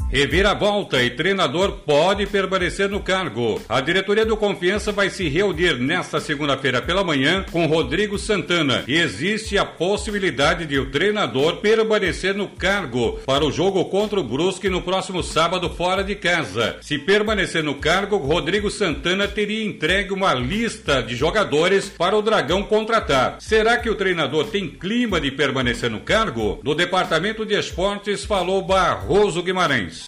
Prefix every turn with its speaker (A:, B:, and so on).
A: Reviravolta e treinador pode permanecer no cargo. A diretoria do Confiança vai se reunir nesta segunda-feira pela manhã com Rodrigo Santana e existe a possibilidade de o treinador permanecer no cargo para o jogo contra o Brusque no próximo sábado fora de casa. Se permanecer no cargo, Rodrigo Santana teria entregue uma lista de jogadores para o Dragão contratar. Será que o treinador tem clima de permanecer no cargo? Do Departamento de Esportes falou Barroso Guimarães.